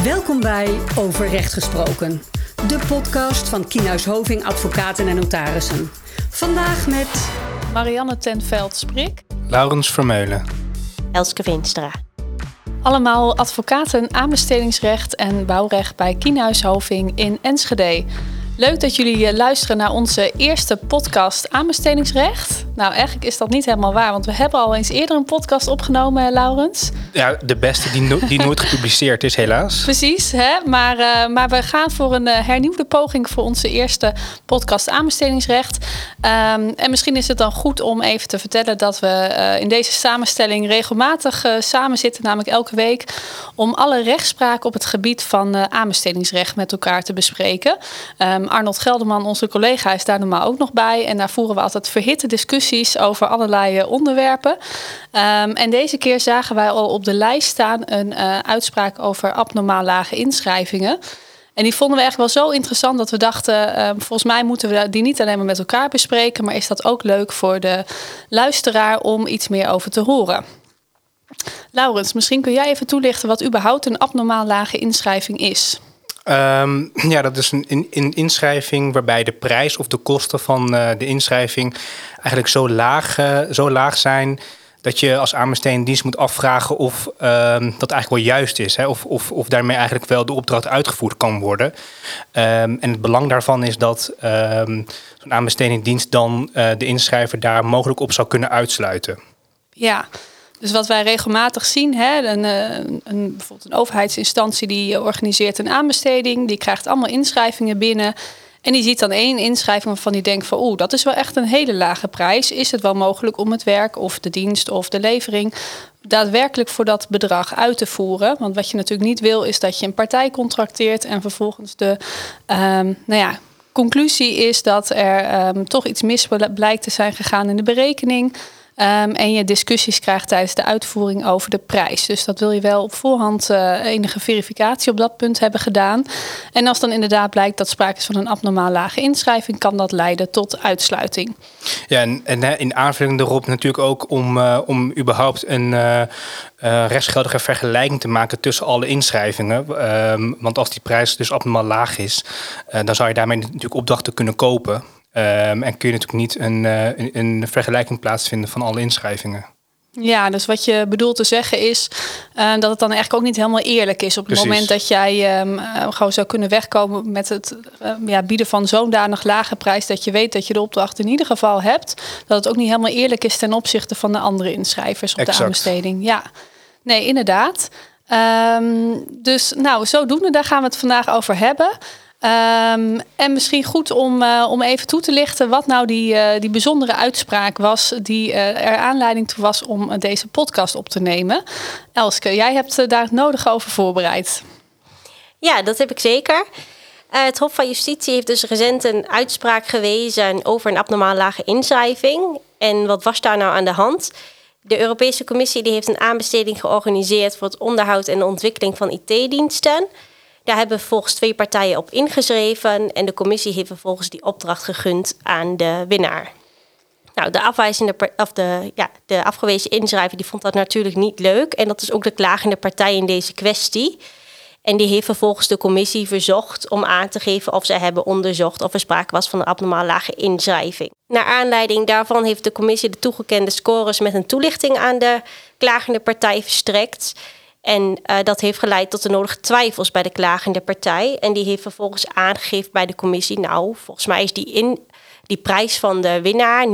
Welkom bij Over Recht Gesproken, de podcast van Kienhuis Hoving Advocaten en Notarissen. Vandaag met Marianne ten Veld-Sprik, Laurens Vermeulen, Elske Veenstra. allemaal advocaten aanbestedingsrecht en bouwrecht bij Kienhuis Hoving in Enschede. Leuk dat jullie luisteren naar onze eerste podcast aanbestedingsrecht. Nou, eigenlijk is dat niet helemaal waar, want we hebben al eens eerder een podcast opgenomen, Laurens. Ja, de beste die nooit gepubliceerd is, helaas. Precies, hè? Maar we gaan voor een hernieuwde poging voor onze eerste podcast aanbestedingsrecht. En misschien is het dan goed om even te vertellen dat we in deze samenstelling regelmatig samen zitten, namelijk elke week, om alle rechtspraak op het gebied van aanbestedingsrecht met elkaar te bespreken. Arnold Gelderman, onze collega, is daar normaal ook nog bij. En daar voeren we altijd verhitte discussies over allerlei onderwerpen. En deze keer zagen wij al op de lijst staan een uitspraak over abnormaal lage inschrijvingen. En die vonden we echt wel zo interessant dat we dachten, volgens mij moeten we die niet alleen maar met elkaar bespreken, maar is dat ook leuk voor de luisteraar om iets meer over te horen. Laurens, misschien kun jij even toelichten wat überhaupt een abnormaal lage inschrijving is. Ja, dat is een inschrijving waarbij de prijs of de kosten van de inschrijving eigenlijk zo laag zijn dat je als aanbestedende dienst moet afvragen of dat eigenlijk wel juist is. Hè? Of daarmee eigenlijk wel de opdracht uitgevoerd kan worden. En het belang daarvan is dat zo'n aanbestedende dienst dan de inschrijver daar mogelijk op zou kunnen uitsluiten. Ja. Dus wat wij regelmatig zien, bijvoorbeeld een overheidsinstantie die organiseert een aanbesteding, die krijgt allemaal inschrijvingen binnen en die ziet dan één inschrijving waarvan die denkt van dat is wel echt een hele lage prijs. Is het wel mogelijk om het werk of de dienst of de levering daadwerkelijk voor dat bedrag uit te voeren? Want wat je natuurlijk niet wil is dat je een partij contracteert en vervolgens de conclusie is dat er toch iets mis blijkt te zijn gegaan in de berekening. En je discussies krijgt tijdens de uitvoering over de prijs. Dus dat wil je wel op voorhand enige verificatie op dat punt hebben gedaan. En als dan inderdaad blijkt dat sprake is van een abnormaal lage inschrijving, kan dat leiden tot uitsluiting. Ja, en in aanvulling daarop natuurlijk ook om überhaupt een rechtsgeldige vergelijking te maken tussen alle inschrijvingen. Want als die prijs dus abnormaal laag is, dan zou je daarmee natuurlijk opdrachten kunnen kopen. En kun je natuurlijk niet een vergelijking plaatsvinden van alle inschrijvingen. Ja, dus wat je bedoelt te zeggen is dat het dan eigenlijk ook niet helemaal eerlijk is. Op het moment dat jij gewoon zou kunnen wegkomen met het bieden van zo'n danig lage prijs, dat je weet dat je de opdracht in ieder geval hebt, dat het ook niet helemaal eerlijk is ten opzichte van de andere inschrijvers op de aanbesteding. Ja, nee, inderdaad. Dus zodoende, daar gaan we het vandaag over hebben. En misschien goed om even toe te lichten wat nou die bijzondere uitspraak was die er aanleiding toe was om deze podcast op te nemen. Elske, jij hebt daar het nodige over voorbereid. Ja, dat heb ik zeker. Het Hof van Justitie heeft dus recent een uitspraak gewezen over een abnormaal lage inschrijving. En wat was daar nou aan de hand? De Europese Commissie die heeft een aanbesteding georganiseerd voor het onderhoud en de ontwikkeling van IT-diensten. Daar hebben volgens 2 partijen op ingeschreven en de commissie heeft vervolgens die opdracht gegund aan de winnaar. Nou, de afgewezen inschrijver die vond dat natuurlijk niet leuk en dat is ook de klagende partij in deze kwestie. En die heeft vervolgens de commissie verzocht om aan te geven of zij hebben onderzocht of er sprake was van een abnormaal lage inschrijving. Naar aanleiding daarvan heeft de commissie de toegekende scores met een toelichting aan de klagende partij verstrekt. En dat heeft geleid tot de nodige twijfels bij de klagende partij. En die heeft vervolgens aangegeven bij de commissie, volgens mij is die prijs van de winnaar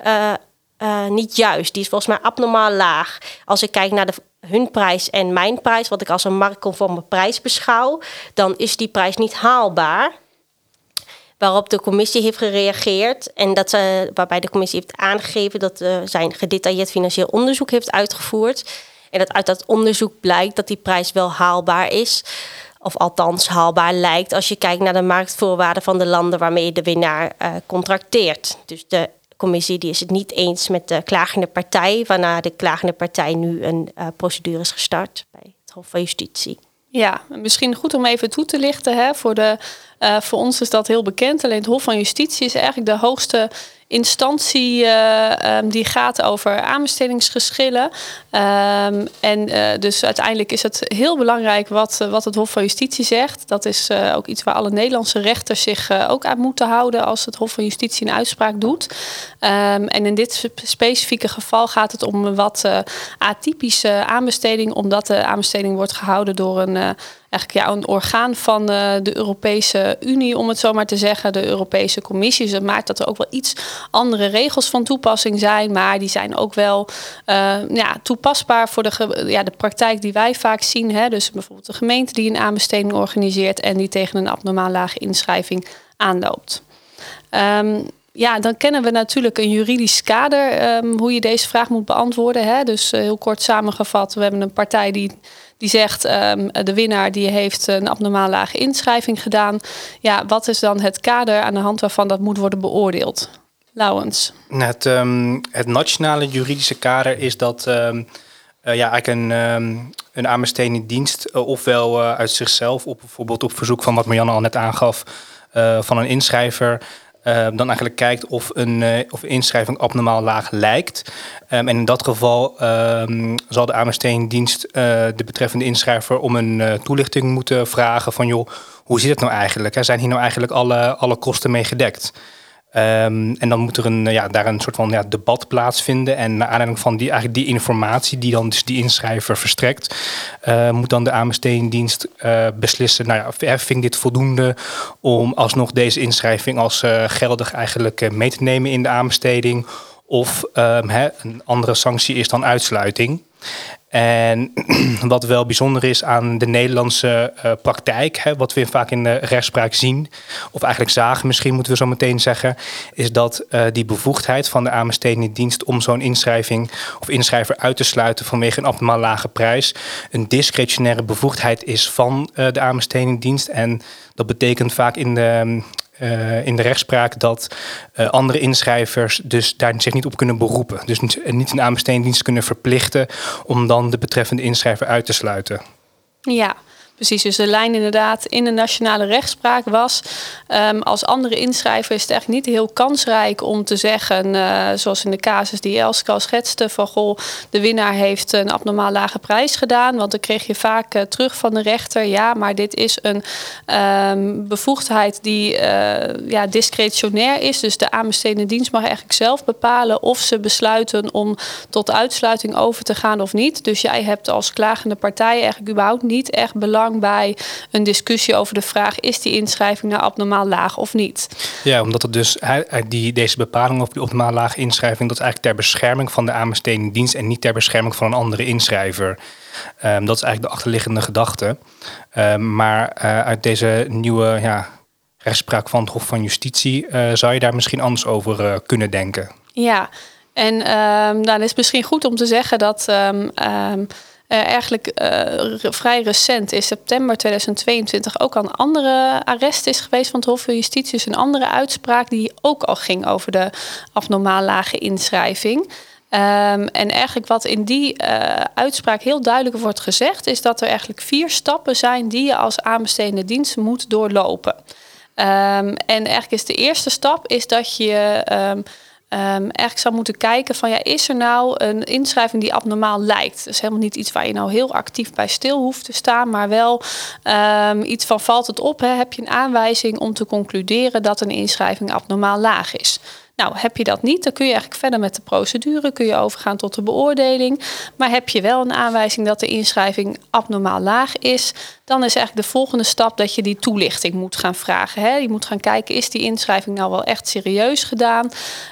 niet juist. Die is volgens mij abnormaal laag. Als ik kijk naar hun prijs en mijn prijs, wat ik als een marktconforme prijs beschouw, dan is die prijs niet haalbaar. Waarop de commissie heeft gereageerd en waarbij de commissie heeft aangegeven dat zij een gedetailleerd financieel onderzoek heeft uitgevoerd. En dat uit dat onderzoek blijkt dat die prijs wel haalbaar is. Of althans haalbaar lijkt als je kijkt naar de marktvoorwaarden van de landen waarmee je de winnaar contracteert. Dus de commissie die is het niet eens met de klagende partij, waarna de klagende partij nu een procedure is gestart bij het Hof van Justitie. Ja, misschien goed om even toe te lichten. Voor ons is dat heel bekend. Alleen het Hof van Justitie is eigenlijk de hoogste instantie die gaat over aanbestedingsgeschillen. Dus uiteindelijk is het heel belangrijk wat het Hof van Justitie zegt. Dat is ook iets waar alle Nederlandse rechters zich ook aan moeten houden als het Hof van Justitie een uitspraak doet. En in dit specifieke geval gaat het om een wat atypische aanbesteding, omdat de aanbesteding wordt gehouden door een orgaan van de Europese Unie, om het zo maar te zeggen, de Europese Commissie. Dus dat maakt dat er ook wel iets andere regels van toepassing zijn, maar die zijn ook wel toepasbaar voor de praktijk die wij vaak zien. Hè? Dus bijvoorbeeld de gemeente die een aanbesteding organiseert en die tegen een abnormaal lage inschrijving aanloopt. Dan kennen we natuurlijk een juridisch kader hoe je deze vraag moet beantwoorden. Hè? Dus heel kort samengevat, we hebben een partij die zegt de winnaar die heeft een abnormaal lage inschrijving gedaan. Ja, wat is dan het kader aan de hand waarvan dat moet worden beoordeeld? Laurens. Het nationale juridische kader is dat eigenlijk een aanbestedende dienst ofwel uit zichzelf, bijvoorbeeld op verzoek van wat Marianne al net aangaf, van een inschrijver, dan eigenlijk kijkt of een inschrijving abnormaal laag lijkt. En in dat geval zal de aanbestedende dienst de betreffende inschrijver om een toelichting moeten vragen van joh, hoe zit het nou eigenlijk? Zijn hier nou eigenlijk alle kosten mee gedekt? En dan moet er daar een soort van debat plaatsvinden. En naar aanleiding van die informatie die dan dus die inschrijver verstrekt, moet dan de aanbestedende dienst beslissen, vind ik dit voldoende om alsnog deze inschrijving als geldig eigenlijk mee te nemen in de aanbesteding. Of een andere sanctie is dan uitsluiting. En wat wel bijzonder is aan de Nederlandse praktijk, wat we vaak in de rechtspraak zien, of eigenlijk zagen misschien moeten we zo meteen zeggen, is dat die bevoegdheid van de aanbestedende dienst om zo'n inschrijving of inschrijver uit te sluiten vanwege een abnormaal lage prijs een discretionaire bevoegdheid is van de aanbestedende dienst. En dat betekent vaak in de rechtspraak dat andere inschrijvers dus daar zich niet op kunnen beroepen. Dus niet een aanbestedende dienst kunnen verplichten om dan de betreffende inschrijver uit te sluiten. Ja, precies. Dus de lijn inderdaad in de nationale rechtspraak was, als andere inschrijver is het eigenlijk niet heel kansrijk om te zeggen, zoals in de casus die Elske al schetste, van goh, de winnaar heeft een abnormaal lage prijs gedaan. Want dan kreeg je vaak terug van de rechter, ja, maar dit is een bevoegdheid die discretionair is. Dus de aanbestedende dienst mag eigenlijk zelf bepalen of ze besluiten om tot uitsluiting over te gaan of niet. Dus jij hebt als klagende partij eigenlijk überhaupt niet echt belang bij een discussie over de vraag, is die inschrijving nou abnormaal laag of niet? Ja, omdat het dus deze bepaling over die abnormaal lage inschrijving, dat is eigenlijk ter bescherming van de aanbestedende dienst en niet ter bescherming van een andere inschrijver. Dat is eigenlijk de achterliggende gedachte. Maar uit deze nieuwe rechtspraak van het Hof van Justitie zou je daar misschien anders over kunnen denken. Ja, en dan is het misschien goed om te zeggen dat eigenlijk vrij recent, in september 2022, ook al een andere arrest is geweest van het Hof van Justitie. Dus een andere uitspraak die ook al ging over de abnormaal lage inschrijving. En eigenlijk wat in die uitspraak heel duidelijk wordt gezegd, is dat er eigenlijk 4 stappen zijn die je als aanbestedende dienst moet doorlopen. En eigenlijk is de eerste stap is dat je eigenlijk zou moeten kijken van is er nou een inschrijving die abnormaal lijkt. Dat is helemaal niet iets waar je nou heel actief bij stil hoeft te staan, maar wel iets van valt het op, heb je een aanwijzing om te concluderen dat een inschrijving abnormaal laag is. Nou, heb je dat niet, dan kun je eigenlijk verder met de procedure, kun je overgaan tot de beoordeling. Maar heb je wel een aanwijzing dat de inschrijving abnormaal laag is, dan is eigenlijk de volgende stap dat je die toelichting moet gaan vragen. Hè? Je moet gaan kijken, is die inschrijving nou wel echt serieus gedaan?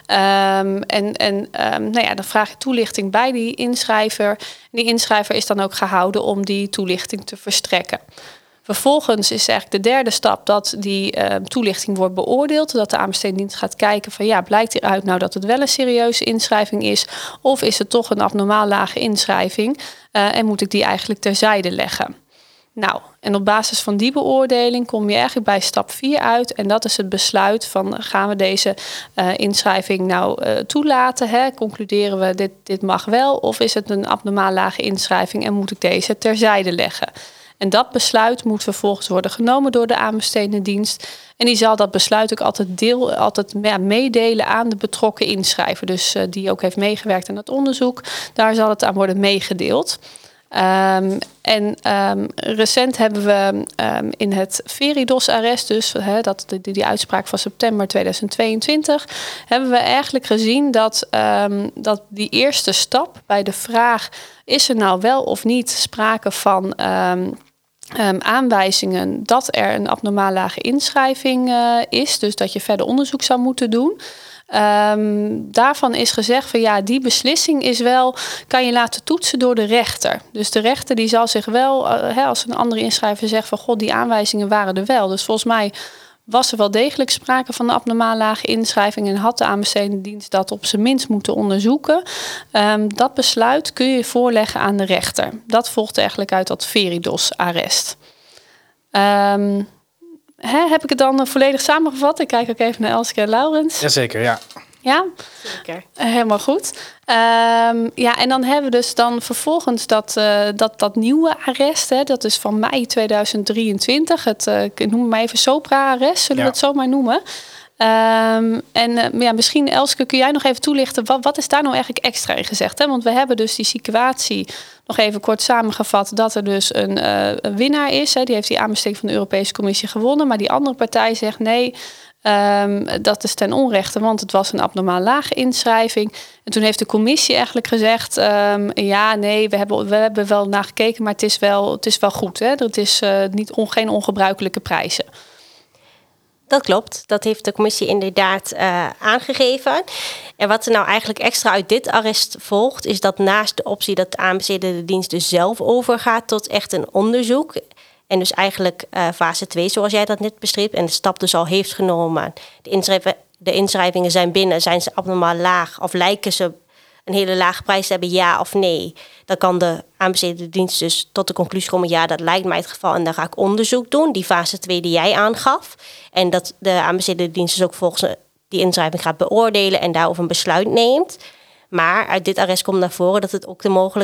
Dan vraag je toelichting bij die inschrijver. Die inschrijver is dan ook gehouden om die toelichting te verstrekken. Vervolgens is eigenlijk de derde stap dat die toelichting wordt beoordeeld. Dat de aanbestedende dienst gaat kijken van blijkt hieruit nou dat het wel een serieuze inschrijving is? Of is het toch een abnormaal lage inschrijving? En moet ik die eigenlijk terzijde leggen? Nou, en op basis van die beoordeling kom je eigenlijk bij stap 4 uit. En dat is het besluit van gaan we deze inschrijving nou toelaten? Hè? Concluderen we dit mag wel? Of is het een abnormaal lage inschrijving en moet ik deze terzijde leggen? En dat besluit moet vervolgens worden genomen door de aanbestedende dienst. En die zal dat besluit ook altijd meedelen aan de betrokken inschrijver. Dus die ook heeft meegewerkt aan het onderzoek. Daar zal het aan worden meegedeeld. Recent hebben we in het Veridos-arrest, dus die uitspraak van september 2022, hebben we eigenlijk gezien dat die eerste stap bij de vraag, is er nou wel of niet sprake van aanwijzingen dat er een abnormaal lage inschrijving is, dus dat je verder onderzoek zou moeten doen. Daarvan is gezegd van die beslissing kan je laten toetsen door de rechter. Dus de rechter die zal zich wel, als een andere inschrijver zegt van god, die aanwijzingen waren er wel. Dus volgens mij was er wel degelijk sprake van een abnormaal lage inschrijving en had de aanbestedende dienst dat op zijn minst moeten onderzoeken. Dat besluit kun je voorleggen aan de rechter. Dat volgt eigenlijk uit dat Veridos-arrest. Heb ik het dan volledig samengevat? Ik kijk ook even naar Elske en Laurens. Jazeker, ja. Ja? Zeker. Helemaal goed. En dan hebben we dus dan vervolgens dat nieuwe arrest. Dat is van mei 2023. Ik noem het maar even Sopra-arrest, zullen we het zo maar noemen. Misschien Elske, kun jij nog even toelichten, wat is daar nou eigenlijk extra in gezegd? Hè? Want we hebben dus die situatie nog even kort samengevat dat er dus een winnaar is. Hè? Die heeft die aanbesteding van de Europese Commissie gewonnen. Maar die andere partij zegt nee, dat is ten onrechte, want het was een abnormaal lage inschrijving. En toen heeft de commissie eigenlijk gezegd, we hebben wel naar gekeken, maar het is wel goed. Hè? Het is geen ongebruikelijke prijzen. Dat klopt, dat heeft de commissie inderdaad aangegeven. En wat er nou eigenlijk extra uit dit arrest volgt, is dat naast de optie dat de aanbestedende dienst dus zelf overgaat tot echt een onderzoek. En dus eigenlijk fase 2, zoals jij dat net beschreef, en de stap dus al heeft genomen. De inschrijvingen zijn binnen, zijn ze abnormaal laag of lijken ze een hele lage prijs te hebben, ja of nee. Dan kan de aanbestedende dienst dus tot de conclusie komen, ja, dat lijkt mij het geval en dan ga ik onderzoek doen, die fase 2 die jij aangaf. En dat de aanbestedende dienst dus ook volgens die inschrijving gaat beoordelen en daarover een besluit neemt. Maar uit dit arrest komt naar voren dat ook de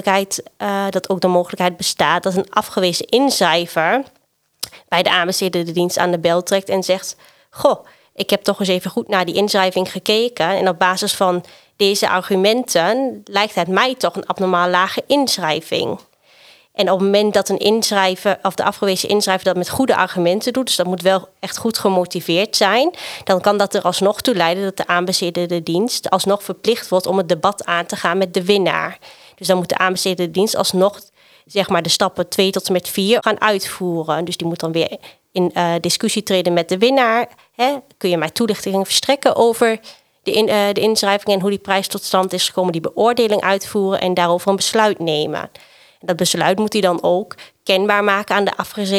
mogelijkheid bestaat dat een afgewezen inschrijver bij de aanbestedende dienst aan de bel trekt en zegt, goh, ik heb toch eens even goed naar die inschrijving gekeken en op basis van deze argumenten lijkt het mij toch een abnormaal lage inschrijving. En op het moment dat een inschrijver of de afgewezen inschrijver dat met goede argumenten doet, dus dat moet wel echt goed gemotiveerd zijn, dan kan dat er alsnog toe leiden dat de aanbestedende dienst alsnog verplicht wordt om het debat aan te gaan met de winnaar. Dus dan moet de aanbestedende dienst alsnog de stappen 2 tot en met 4 gaan uitvoeren. Dus die moet dan weer in discussie treden met de winnaar. Kun je mij toelichtingen verstrekken over de inschrijving en hoe die prijs tot stand is gekomen, die beoordeling uitvoeren en daarover een besluit nemen. En dat besluit moet hij dan ook kenbaar maken aan de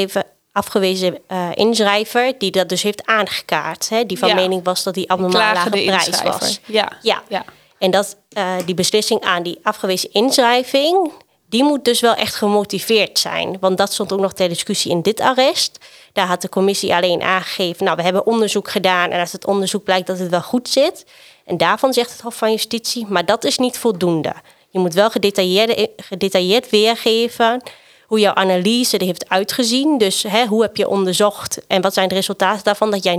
afgewezen inschrijver die dat dus heeft aangekaart. Die van mening was dat die abnormaal lage prijs was. Ja. En die beslissing aan die afgewezen inschrijving, die moet dus wel echt gemotiveerd zijn. Want dat stond ook nog ter discussie in dit arrest. Daar had de commissie alleen aangegeven, we hebben onderzoek gedaan en als het onderzoek blijkt dat het wel goed zit. En daarvan zegt het Hof van Justitie, maar dat is niet voldoende. Je moet wel gedetailleerd weergeven hoe jouw analyse er heeft uitgezien. Dus hoe heb je onderzocht en wat zijn de resultaten daarvan dat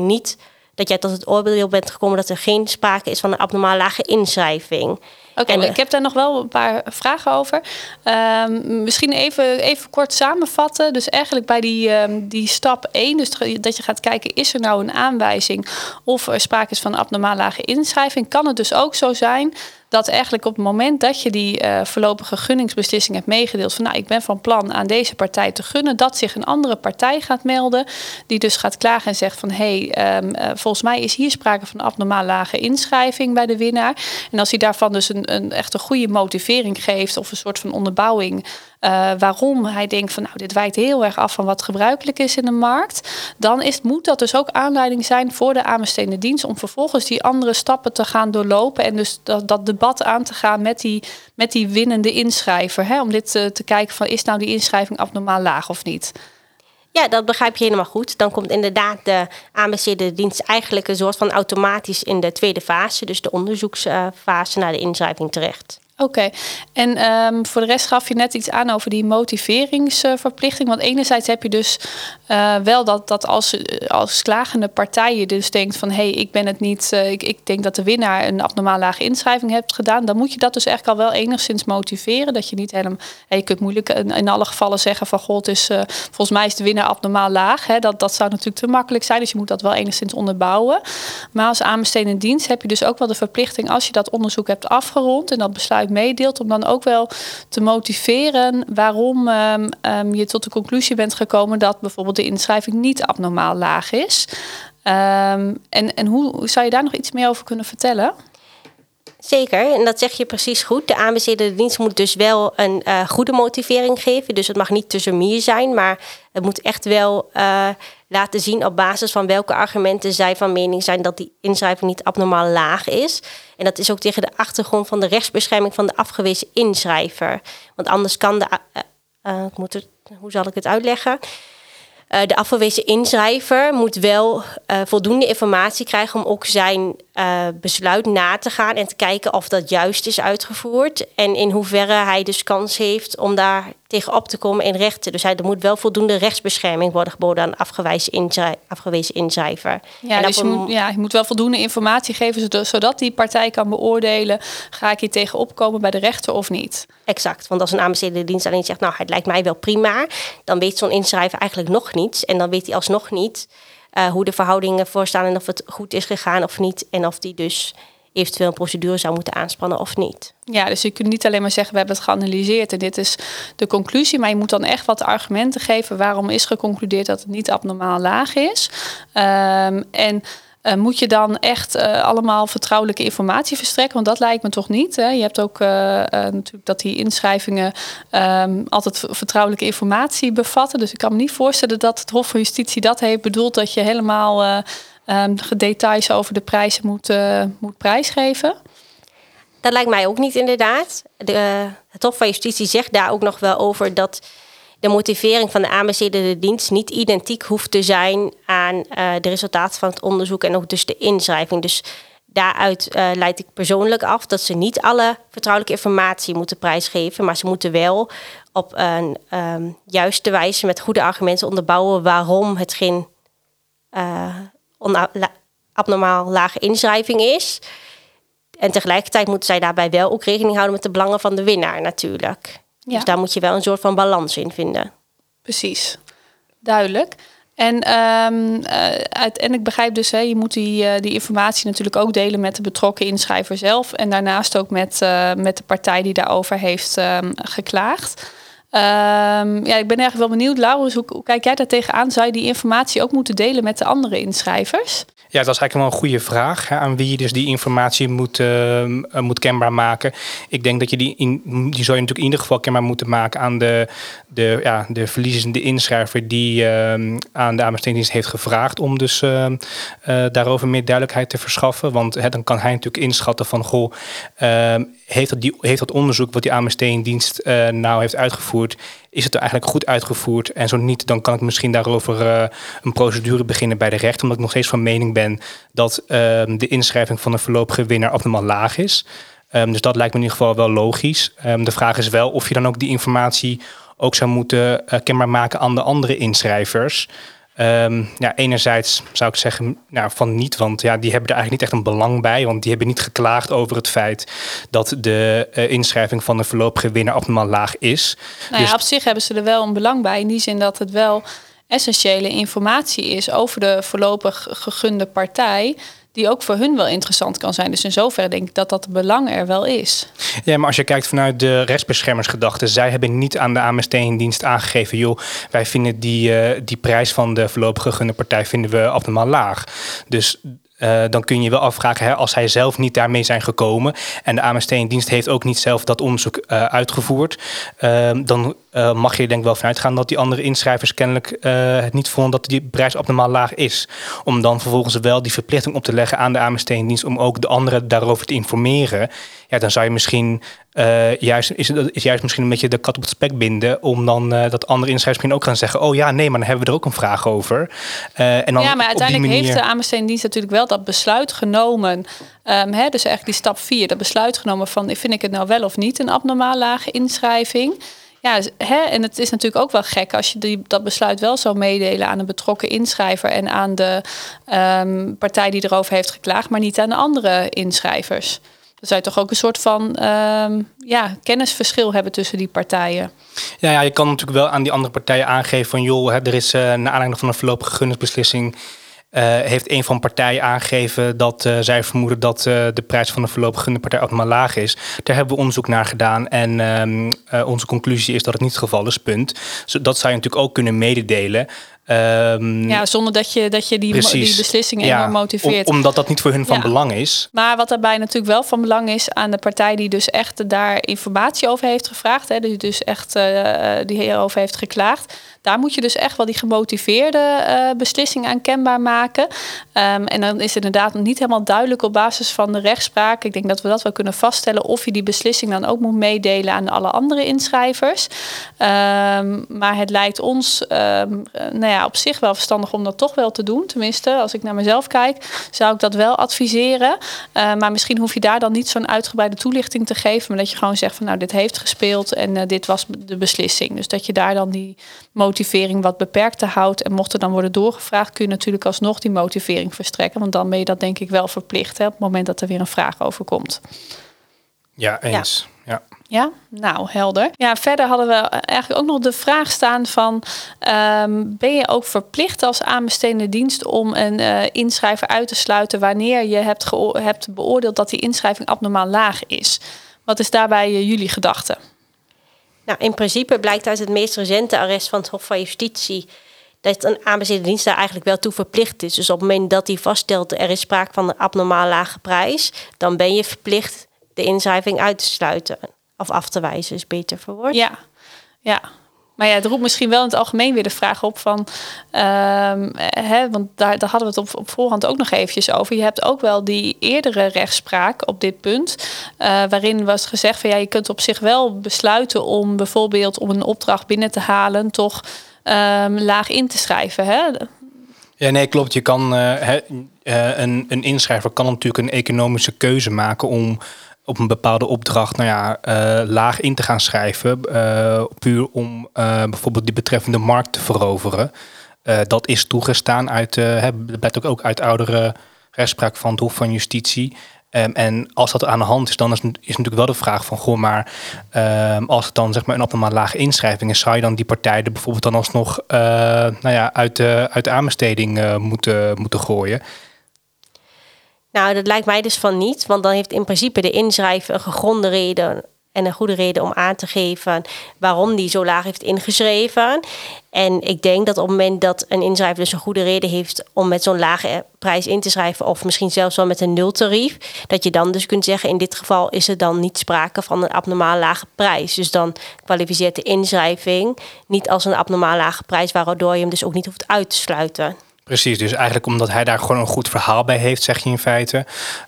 jij tot het oordeel bent gekomen dat er geen sprake is van een abnormaal lage inschrijving. Oké, ik heb daar nog wel een paar vragen over. Misschien even kort samenvatten. Dus eigenlijk bij die stap 1, dus dat je gaat kijken, is er nou een aanwijzing of er sprake is van een abnormaal lage inschrijving, kan het dus ook zo zijn dat eigenlijk op het moment dat je die voorlopige gunningsbeslissing hebt meegedeeld van ik ben van plan aan deze partij te gunnen, dat zich een andere partij gaat melden die dus gaat klagen en zegt van volgens mij is hier sprake van een abnormaal lage inschrijving bij de winnaar. En als hij daarvan dus een echt een goede motivering geeft of een soort van onderbouwing waarom hij denkt van dit wijkt heel erg af van wat gebruikelijk is in de markt, dan moet dat dus ook aanleiding zijn voor de aanbestedende dienst om vervolgens die andere stappen te gaan doorlopen en dus dat debat aan te gaan met die winnende inschrijver. Om dit te kijken van is nou die inschrijving abnormaal laag of niet? Ja, dat begrijp je helemaal goed. Dan komt inderdaad de aanbestedende dienst eigenlijk een soort van automatisch in de tweede fase, dus de onderzoeksfase naar de inschrijving terecht. Oké. En voor de rest gaf je net iets aan over die motiveringsverplichting. Want enerzijds heb je dus wel dat als klagende partij je dus denkt van ik ben het niet. Ik denk dat de winnaar een abnormaal lage inschrijving heeft gedaan. Dan moet je dat dus eigenlijk al wel enigszins motiveren. Dat je niet helemaal. Je kunt moeilijk in alle gevallen zeggen van het is volgens mij is de winnaar abnormaal laag. Hè. Dat zou natuurlijk te makkelijk zijn. Dus je moet dat wel enigszins onderbouwen. Maar als aanbestedende dienst heb je dus ook wel de verplichting als je dat onderzoek hebt afgerond en dat besluit meedeelt, om dan ook wel te motiveren waarom je tot de conclusie bent gekomen dat bijvoorbeeld de inschrijving niet abnormaal laag is. En hoe zou je daar nog iets meer over kunnen vertellen? Zeker, en dat zeg je precies goed. De aanbestedende dienst moet dus wel een goede motivering geven. Dus het mag niet te sumier zijn, maar het moet echt wel laten zien op basis van welke argumenten zij van mening zijn dat die inschrijving niet abnormaal laag is. En dat is ook tegen de achtergrond van de rechtsbescherming van de afgewezen inschrijver. Want anders kan hoe zal ik het uitleggen? De afgewezen inschrijver moet wel voldoende informatie krijgen om ook zijn besluit na te gaan en te kijken of dat juist is uitgevoerd. En in hoeverre hij dus kans heeft om daar tegenop te komen in rechten. Dus er moet wel voldoende rechtsbescherming worden geboden aan de afgewezen inschrijver. Ja, dus je moet wel voldoende informatie geven zodat die partij kan beoordelen, ga ik hier tegen opkomen bij de rechter of niet? Exact, want als een aanbestedende dienst alleen zegt, het lijkt mij wel prima, dan weet zo'n inschrijver eigenlijk nog niets. En dan weet hij alsnog niet hoe de verhoudingen voorstaan en of het goed is gegaan of niet. En of die dus eventueel een procedure zou moeten aanspannen of niet. Ja, dus je kunt niet alleen maar zeggen, we hebben het geanalyseerd en dit is de conclusie. Maar je moet dan echt wat argumenten geven waarom is geconcludeerd dat het niet abnormaal laag is. Moet je dan echt allemaal vertrouwelijke informatie verstrekken? Want dat lijkt me toch niet. Hè? Je hebt ook natuurlijk dat die inschrijvingen altijd vertrouwelijke informatie bevatten. Dus ik kan me niet voorstellen dat het Hof van Justitie dat heeft bedoeld dat je helemaal details over de prijzen moet prijsgeven. Dat lijkt mij ook niet inderdaad. Het Hof van Justitie zegt daar ook nog wel over dat de motivering van de aanbestedende dienst niet identiek hoeft te zijn aan de resultaten van het onderzoek en ook dus de inschrijving. Dus daaruit leid ik persoonlijk af dat ze niet alle vertrouwelijke informatie moeten prijsgeven, maar ze moeten wel op een juiste wijze met goede argumenten onderbouwen waarom het geen abnormaal lage inschrijving is. En tegelijkertijd moeten zij daarbij wel ook rekening houden met de belangen van de winnaar natuurlijk. Ja. Dus daar moet je wel een soort van balans in vinden. Precies, duidelijk. En uiteindelijk begrijp dus, je moet die informatie natuurlijk ook delen met de betrokken inschrijver zelf. En daarnaast ook met de partij die daarover heeft geklaagd. Ik ben eigenlijk wel benieuwd, Laurens, hoe kijk jij daar tegenaan? Zou je die informatie ook moeten delen met de andere inschrijvers? Ja, dat is eigenlijk wel een goede vraag. Hè, aan wie je dus die informatie moet kenbaar maken. Ik denk dat je die zou je natuurlijk in ieder geval kenbaar moeten maken aan de verliezende inschrijver die aan de aanbestedingsdienst heeft gevraagd om dus daarover meer duidelijkheid te verschaffen. Want dan kan hij natuurlijk inschatten van heeft dat onderzoek wat die aanbestedingsdienst nou heeft uitgevoerd, is het er eigenlijk goed uitgevoerd? En zo niet, dan kan ik misschien daarover een procedure beginnen bij de rechter, omdat ik nog steeds van mening ben dat de inschrijving van de voorlopige winnaar abnormaal laag is. Dus dat lijkt me in ieder geval wel logisch. De vraag is wel of je dan ook die informatie ook zou moeten kenbaar maken aan de andere inschrijvers. Enerzijds zou ik zeggen van niet, want die hebben er eigenlijk niet echt een belang bij, want die hebben niet geklaagd over het feit dat de inschrijving van de voorlopige winnaar abnormaal laag is. Op zich hebben ze er wel een belang bij, in die zin dat het wel essentiële informatie is over de voorlopig gegunde partij, die ook voor hun wel interessant kan zijn. Dus in zoverre denk ik dat dat belang er wel is. Ja, maar als je kijkt vanuit de rechtsbeschermersgedachte, zij hebben niet aan de aanbestedingsdienst aangegeven, joh, wij vinden die prijs van de voorlopig gegunde partij vinden we abnormaal laag. Dus dan kun je wel afvragen, als zij zelf niet daarmee zijn gekomen en de aanbestedingsdienst heeft ook niet zelf dat onderzoek uitgevoerd, dan mag je er denk ik wel vanuit gaan dat die andere inschrijvers kennelijk het niet vonden dat die prijs abnormaal laag is. Om dan vervolgens wel die verplichting op te leggen aan de aanbestedingsdienst om ook de anderen daarover te informeren. Ja, dan zou je misschien juist misschien een beetje de kat op het spek binden, om dan dat andere inschrijvers misschien ook gaan zeggen, maar dan hebben we er ook een vraag over. En dan maar uiteindelijk heeft de aanbestedingsdienst natuurlijk wel dat besluit genomen. Dus eigenlijk die stap 4, dat besluit genomen van vind ik het nou wel of niet een abnormaal lage inschrijving. Ja, en het is natuurlijk ook wel gek als je dat besluit wel zou meedelen aan een betrokken inschrijver en aan de partij die erover heeft geklaagd, maar niet aan de andere inschrijvers. Dan zou je toch ook een soort van kennisverschil hebben tussen die partijen. Ja, je kan natuurlijk wel aan die andere partijen aangeven van joh, er is naar aanleiding van een voorlopige gunningsbeslissing heeft een van de partijen aangegeven dat zij vermoeden dat de prijs van de voorlopige gunningspartij abnormaal laag is. Daar hebben we onderzoek naar gedaan en onze conclusie is dat het niet het geval is, punt. Dat zou je natuurlijk ook kunnen mededelen. Zonder dat je die beslissing enorm motiveert. Omdat dat niet voor hun van belang is. Maar wat daarbij natuurlijk wel van belang is aan de partij die dus echt daar informatie over heeft gevraagd, die dus echt die hierover heeft geklaagd. Daar moet je dus echt wel die gemotiveerde beslissing aan kenbaar maken. En dan is het inderdaad nog niet helemaal duidelijk op basis van de rechtspraak. Ik denk dat we dat wel kunnen vaststellen of je die beslissing dan ook moet meedelen aan alle andere inschrijvers. Maar het lijkt ons op zich wel verstandig om dat toch wel te doen. Tenminste, als ik naar mezelf kijk, zou ik dat wel adviseren. Maar misschien hoef je daar dan niet zo'n uitgebreide toelichting te geven, maar dat je gewoon zegt van nou, dit heeft gespeeld en dit was de beslissing. Dus dat je daar dan die motivering wat beperkter houdt. En mocht er dan worden doorgevraagd, kun je natuurlijk alsnog die motivering verstrekken. Want dan ben je dat denk ik wel verplicht, op het moment dat er weer een vraag over komt. Ja, eens. Ja, nou, helder. Ja, verder hadden we eigenlijk ook nog de vraag staan van ben je ook verplicht als aanbestedende dienst om een inschrijver uit te sluiten wanneer je hebt beoordeeld dat die inschrijving abnormaal laag is? Wat is daarbij jullie gedachte? Nou, in principe blijkt uit het meest recente arrest van het Hof van Justitie dat een aanbestedende dienst daar eigenlijk wel toe verplicht is. Dus op het moment dat hij vaststelt er is sprake van een abnormaal lage prijs, dan ben je verplicht de inschrijving uit te sluiten. Of af te wijzen, is beter verwoord. Ja. Maar het roept misschien wel in het algemeen weer de vraag op van want daar hadden we het op voorhand ook nog eventjes over. Je hebt ook wel die eerdere rechtspraak op dit punt, waarin was gezegd van je kunt op zich wel besluiten om bijvoorbeeld om een opdracht binnen te halen toch laag in te schrijven. Ja, nee, klopt. Je kan een inschrijver kan natuurlijk een economische keuze maken om op een bepaalde opdracht laag in te gaan schrijven. Puur om bijvoorbeeld die betreffende markt te veroveren. Dat is toegestaan uit, dat blijkt ook uit oudere rechtspraak van het Hof van Justitie. En als dat aan de hand is, dan is natuurlijk wel de vraag van maar als het dan zeg maar een abnormaal lage inschrijving is, zou je dan die partij er bijvoorbeeld dan alsnog uit de aanbesteding moeten gooien? Nou, dat lijkt mij dus van niet. Want dan heeft in principe de inschrijver een gegronde reden en een goede reden om aan te geven waarom die zo laag heeft ingeschreven. En ik denk dat op het moment dat een inschrijver dus een goede reden heeft om met zo'n lage prijs in te schrijven, of misschien zelfs wel met een nultarief, dat je dan dus kunt zeggen in dit geval is er dan niet sprake van een abnormaal lage prijs. Dus dan kwalificeert de inschrijving niet als een abnormaal lage prijs, waardoor je hem dus ook niet hoeft uit te sluiten. Precies, dus eigenlijk omdat hij daar gewoon een goed verhaal bij heeft, zeg je in feite.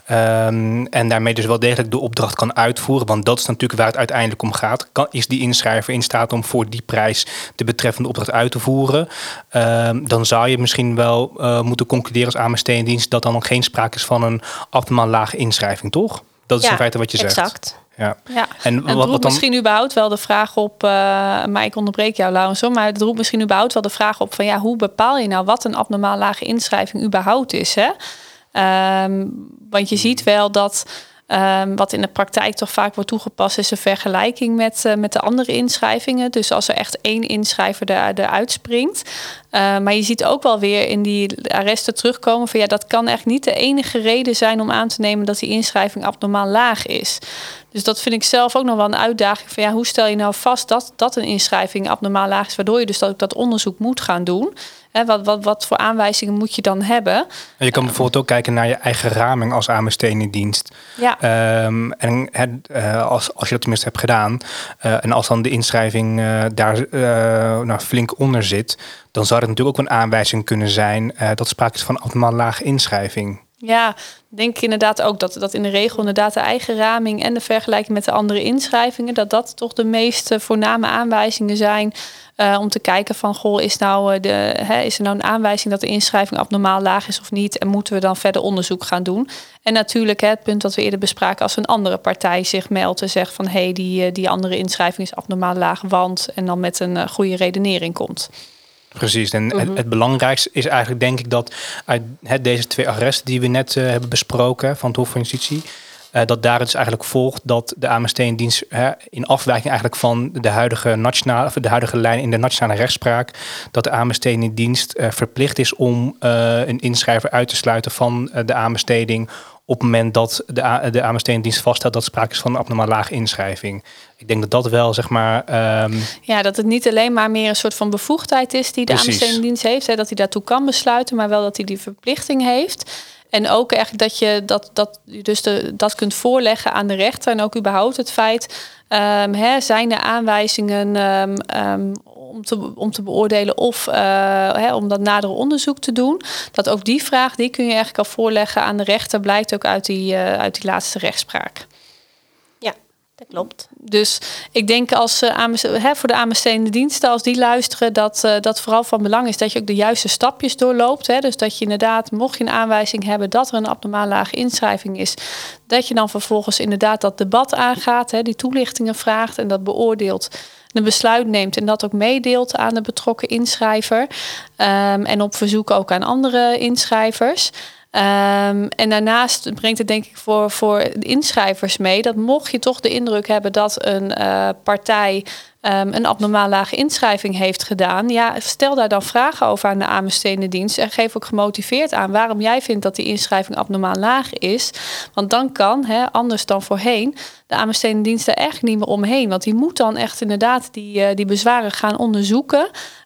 En daarmee dus wel degelijk de opdracht kan uitvoeren. Want dat is natuurlijk waar het uiteindelijk om gaat. Is die inschrijver in staat om voor die prijs de betreffende opdracht uit te voeren? Dan zou je misschien wel moeten concluderen als aanbestedende dienst dat dan nog geen sprake is van een abnormaal lage inschrijving, toch? Dat is in feite wat je zegt. Exact. Ja. En het roept misschien überhaupt wel de vraag op, maar ik onderbreek jou, Laurens, maar het roept misschien überhaupt wel de vraag op van hoe bepaal je nou wat een abnormaal lage inschrijving überhaupt is? Want je ziet wel dat wat in de praktijk toch vaak wordt toegepast is een vergelijking met de andere inschrijvingen. Dus als er echt één inschrijver eruit springt. Maar je ziet ook wel weer in die arresten terugkomen van dat kan echt niet de enige reden zijn om aan te nemen dat die inschrijving abnormaal laag is. Dus dat vind ik zelf ook nog wel een uitdaging van hoe stel je nou vast dat een inschrijving abnormaal laag is, waardoor je dus dat onderzoek moet gaan doen. Wat voor aanwijzingen moet je dan hebben? En je kan bijvoorbeeld ook kijken naar je eigen raming als aanbestedende dienst. Ja. Als je dat tenminste hebt gedaan en als dan de inschrijving daar flink onder zit, dan zou het natuurlijk ook een aanwijzing kunnen zijn dat sprake is van abnormaal lage inschrijving. Ja, denk ik inderdaad ook dat in de regel inderdaad de eigen raming en de vergelijking met de andere inschrijvingen, dat toch de meest voorname aanwijzingen zijn om te kijken van, is er nou een aanwijzing dat de inschrijving abnormaal laag is of niet? En moeten we dan verder onderzoek gaan doen? En natuurlijk het punt dat we eerder bespraken, als een andere partij zich meldt en zegt van die andere inschrijving is abnormaal laag, want en dan met een goede redenering komt. Precies, en het belangrijkste is eigenlijk denk ik dat uit deze 2 arresten die we net hebben besproken van het Hof van Justitie, dat daar dus eigenlijk volgt dat de aanbestedingsdienst in afwijking eigenlijk van de huidige lijn in de nationale rechtspraak, dat de aanbestedingsdienst verplicht is om een inschrijver uit te sluiten van de aanbesteding op het moment dat de aanbestedingsdienst vaststelt dat sprake is van een abnormaal lage inschrijving. Ik denk dat wel, zeg maar... dat het niet alleen maar meer een soort van bevoegdheid is die de aanbestedingsdienst heeft, dat hij daartoe kan besluiten, maar wel dat hij die verplichting heeft. En ook eigenlijk dat je dat kunt voorleggen aan de rechter. En ook überhaupt het feit, zijn er aanwijzingen om te beoordelen of om dat nadere onderzoek te doen. Dat ook die vraag, die kun je eigenlijk al voorleggen aan de rechter. Blijkt ook uit die laatste rechtspraak. Ja, dat klopt. Dus ik denk voor de aanbestedende diensten, als die luisteren, dat vooral van belang is dat je ook de juiste stapjes doorloopt. Dus dat je inderdaad, mocht je een aanwijzing hebben dat er een abnormaal lage inschrijving is, dat je dan vervolgens inderdaad dat debat aangaat, die toelichtingen vraagt en dat beoordeelt, een besluit neemt en dat ook meedeelt aan de betrokken inschrijver. En op verzoek ook aan andere inschrijvers. En daarnaast brengt het denk ik voor de inschrijvers mee dat mocht je toch de indruk hebben dat een partij een abnormaal lage inschrijving heeft gedaan, stel daar dan vragen over aan de aanbestedende dienst en geef ook gemotiveerd aan waarom jij vindt dat die inschrijving abnormaal laag is. Want dan kan, anders dan voorheen, de aanbestedende dienst er echt niet meer omheen. Want die moet dan echt inderdaad die bezwaren gaan onderzoeken.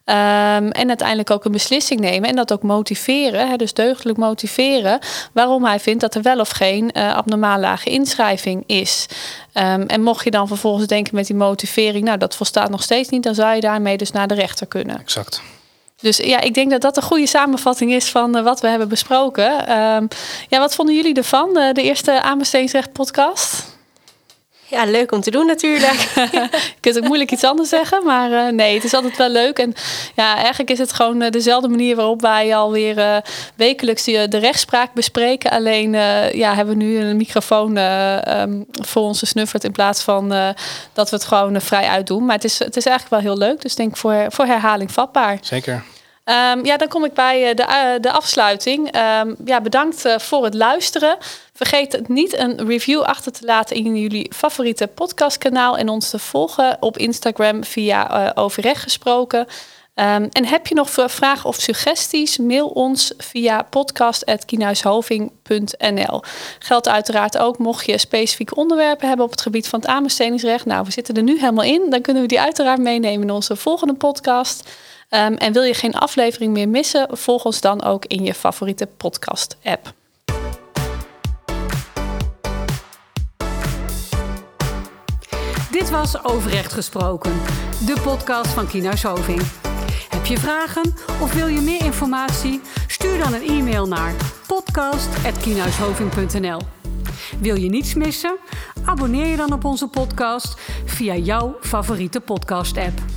En uiteindelijk ook een beslissing nemen en dat ook motiveren, dus deugdelijk motiveren waarom hij vindt dat er wel of geen abnormaal lage inschrijving is. En mocht je dan vervolgens denken met die motivering, dat volstaat nog steeds niet, dan zou je daarmee dus naar de rechter kunnen. Exact. Dus ik denk dat een goede samenvatting is van wat we hebben besproken. Wat vonden jullie ervan, de eerste aanbestedingsrecht podcast? Ja, leuk om te doen natuurlijk. Je kunt ook moeilijk iets anders zeggen, maar nee, het is altijd wel leuk. En eigenlijk is het gewoon dezelfde manier waarop wij alweer wekelijks de rechtspraak bespreken. Alleen hebben we nu een microfoon voor ons gesnufferd in plaats van dat we het gewoon vrij uitdoen. Maar het is eigenlijk wel heel leuk, dus ik denk voor herhaling vatbaar. Zeker. Dan kom ik bij de afsluiting. Bedankt voor het luisteren. Vergeet niet een review achter te laten in jullie favoriete podcastkanaal en ons te volgen op Instagram via Overrecht Gesproken. En heb je nog vragen of suggesties? Mail ons via podcast@kienhuishoving.nl. Geldt uiteraard ook mocht je specifieke onderwerpen hebben op het gebied van het aanbestedingsrecht. Nou, we zitten er nu helemaal in. Dan kunnen we die uiteraard meenemen in onze volgende podcast. En wil je geen aflevering meer missen, volg ons dan ook in je favoriete podcast-app. Dit was Overrecht Gesproken, de podcast van Kienhuis Hoving. Heb je vragen of wil je meer informatie? Stuur dan een e-mail naar podcast@kienhuishoving.nl. Wil je niets missen? Abonneer je dan op onze podcast via jouw favoriete podcast-app.